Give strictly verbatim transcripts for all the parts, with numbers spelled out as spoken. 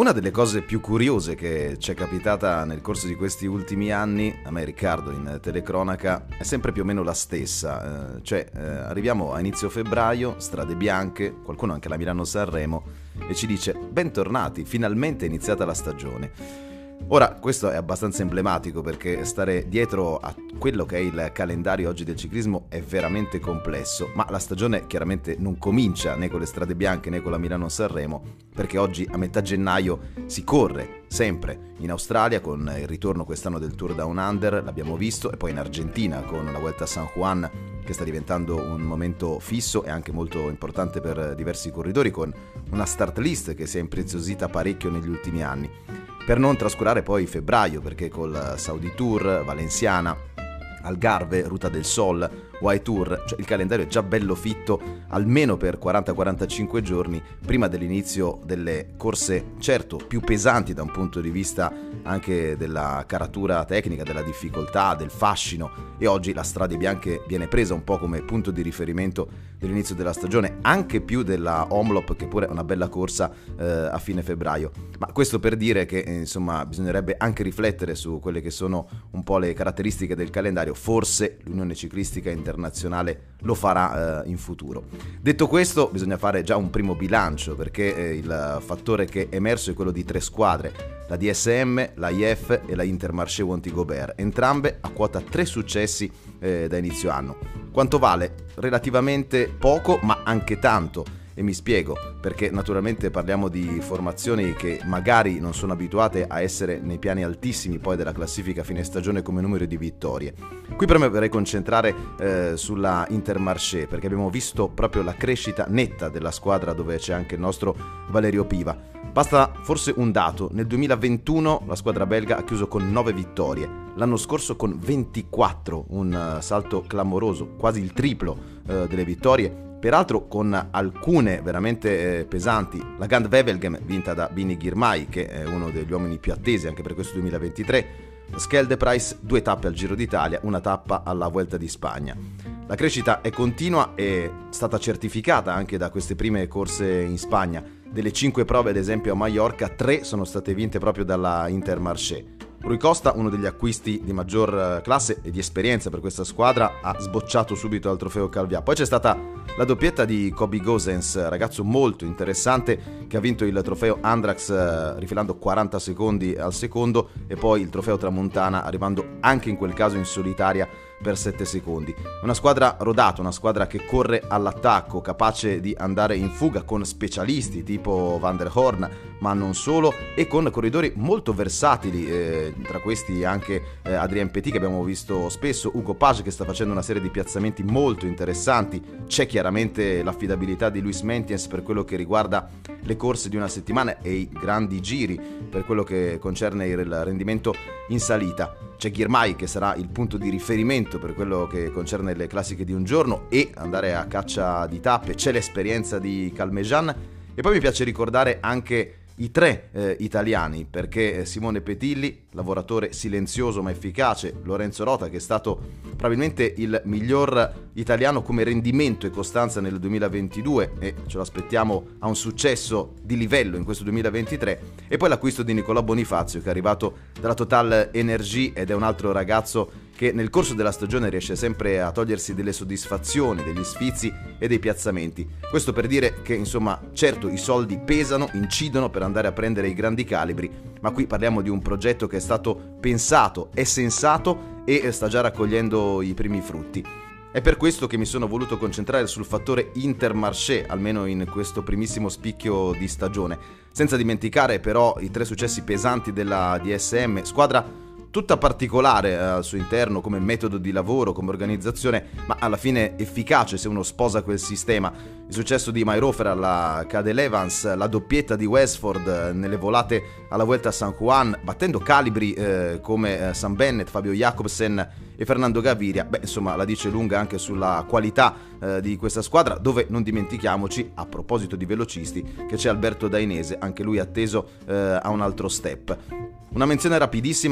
Una delle cose più curiose che ci è capitata nel corso di questi ultimi anni, a me e Riccardo in telecronaca, è sempre più o meno la stessa, eh, cioè eh, arriviamo a inizio febbraio, strade bianche, qualcuno anche alla Milano-Sanremo, e ci dice bentornati, finalmente è iniziata la stagione. Ora, questo è abbastanza emblematico perché stare dietro a quello che è il calendario oggi del ciclismo è veramente complesso, ma la stagione chiaramente non comincia né con le strade bianche né con la Milano-Sanremo, perché oggi a metà gennaio si corre sempre in Australia con il ritorno quest'anno del Tour Down Under, l'abbiamo visto, e poi in Argentina con la Vuelta a San Juan, che sta diventando un momento fisso e anche molto importante per diversi corridori, con una start list che si è impreziosita parecchio negli ultimi anni. Per non trascurare poi febbraio, perché col Saudi Tour, Valenciana, Algarve, Ruta del Sol, Y Tour, cioè il calendario è già bello fitto almeno per quaranta quarantacinque giorni prima dell'inizio delle corse, certo più pesanti da un punto di vista anche della caratura tecnica, della difficoltà, del fascino, e oggi la Strade Bianche viene presa un po' come punto di riferimento dell'inizio della stagione, anche più della Omloop, che pure è una bella corsa eh, a fine febbraio. Ma questo per dire che eh, insomma bisognerebbe anche riflettere su quelle che sono un po' le caratteristiche del calendario. Forse l'Unione Ciclistica Internazionale lo farà eh, in futuro. Detto questo, bisogna fare già un primo bilancio, perché eh, il fattore che è emerso è quello di tre squadre, la D S M, la I F e la Intermarché Wanty-Gobert, entrambe a quota tre successi eh, da inizio anno. Quanto vale? Relativamente poco, ma anche tanto. E mi spiego, perché naturalmente parliamo di formazioni che magari non sono abituate a essere nei piani altissimi poi della classifica a fine stagione come numero di vittorie. Qui però mi vorrei concentrare eh, sulla Intermarché, perché abbiamo visto proprio la crescita netta della squadra, dove c'è anche il nostro Valerio Piva. Basta forse un dato: nel duemilaventuno la squadra belga ha chiuso con nove vittorie, l'anno scorso con ventiquattro, un uh, salto clamoroso, quasi il triplo uh, delle vittorie. Peraltro con alcune veramente eh, pesanti, la Gand-Wevelgem vinta da Bini Girmay, che è uno degli uomini più attesi anche per questo duemilaventitré, Scheldeprijs, due tappe al Giro d'Italia, una tappa alla Vuelta di Spagna. La crescita è continua e è stata certificata anche da queste prime corse in Spagna. Delle cinque prove, ad esempio a Mallorca, tre sono state vinte proprio dalla Intermarché. Rui Costa, uno degli acquisti di maggior classe e di esperienza per questa squadra, ha sbocciato subito al trofeo Calvià. Poi c'è stata la doppietta di Kobe Gosens, ragazzo molto interessante che ha vinto il trofeo Andrax rifilando quaranta secondi al secondo, e poi il trofeo Tramontana arrivando anche in quel caso in solitaria per sette secondi. Una squadra rodata, una squadra che corre all'attacco, capace di andare in fuga con specialisti tipo Van der Horn, ma non solo, e con corridori molto versatili, eh, tra questi anche eh, Adrien Petit, che abbiamo visto spesso, Hugo Page, che sta facendo una serie di piazzamenti molto interessanti. C'è chiaramente l'affidabilità di Luis Mentiens per quello che riguarda le corse di una settimana e i grandi giri per quello che concerne il rendimento in salita. C'è Girmay, che sarà il punto di riferimento per quello che concerne le classiche di un giorno e andare a caccia di tappe. C'è l'esperienza di Calmejean, e poi mi piace ricordare anche i tre eh, italiani, perché Simone Petilli, lavoratore silenzioso ma efficace, Lorenzo Rota, che è stato probabilmente il miglior italiano come rendimento e costanza nel duemilaventidue e ce lo aspettiamo a un successo di livello in questo duemilaventitré, e poi l'acquisto di Nicolò Bonifazio, che è arrivato dalla Total Energy ed è un altro ragazzo che nel corso della stagione riesce sempre a togliersi delle soddisfazioni, degli sfizi e dei piazzamenti. Questo per dire che, insomma, certo i soldi pesano, incidono per andare a prendere i grandi calibri, ma qui parliamo di un progetto che è stato pensato, è sensato e sta già raccogliendo i primi frutti. È per questo che mi sono voluto concentrare sul fattore Intermarché, almeno in questo primissimo spicchio di stagione, senza dimenticare però i tre successi pesanti della D S M, squadra tutta particolare al suo interno come metodo di lavoro, come organizzazione, ma alla fine efficace se uno sposa quel sistema. Il successo di Mayrofer alla Cadel Evans, la doppietta di Westford nelle volate alla Vuelta a San Juan, battendo calibri eh, come eh, Sam Bennett, Fabio Jacobsen e Fernando Gaviria. Beh, insomma, la dice lunga anche sulla qualità eh, di questa squadra, dove non dimentichiamoci, a proposito di velocisti, che c'è Alberto Dainese, anche lui atteso eh, a un altro step. Una menzione rapidissima anche per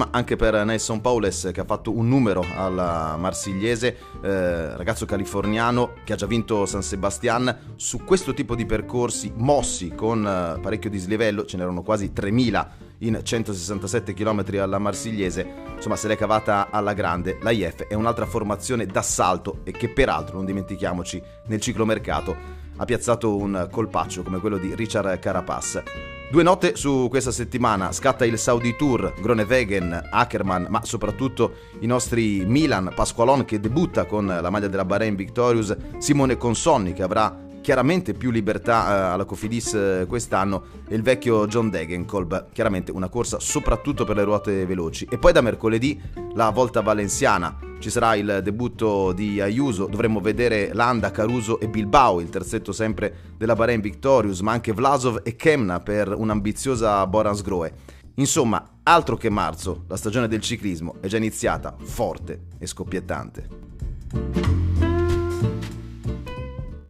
per Nelson Powless, che ha fatto un numero alla Marsigliese, eh, ragazzo californiano che ha già vinto San Sebastian. Su questo tipo di percorsi mossi con eh, parecchio dislivello, ce n'erano quasi tremila in centosessantasette chilometri alla Marsigliese, insomma se l'è cavata alla grande. L'A I F è un'altra formazione d'assalto e che peraltro, non dimentichiamoci, nel ciclomercato ha piazzato un colpaccio come quello di Richard Carapaz. Due note su questa settimana: scatta il Saudi Tour, Groenewegen, Ackermann, ma soprattutto i nostri Milan, Pasqualon che debutta con la maglia della Bahrain Victorious, Simone Consonni che avrà chiaramente più libertà eh, alla Cofidis eh, quest'anno, e il vecchio John Degenkolb, chiaramente una corsa soprattutto per le ruote veloci. E poi da mercoledì la Volta Valenziana, ci sarà il debutto di Ayuso, dovremmo vedere Landa, Caruso e Bilbao, il terzetto sempre della Bahrain Victorious, ma anche Vlasov e Kemna per un'ambiziosa Boransgrohe. Insomma, altro che marzo, la stagione del ciclismo è già iniziata forte e scoppiettante.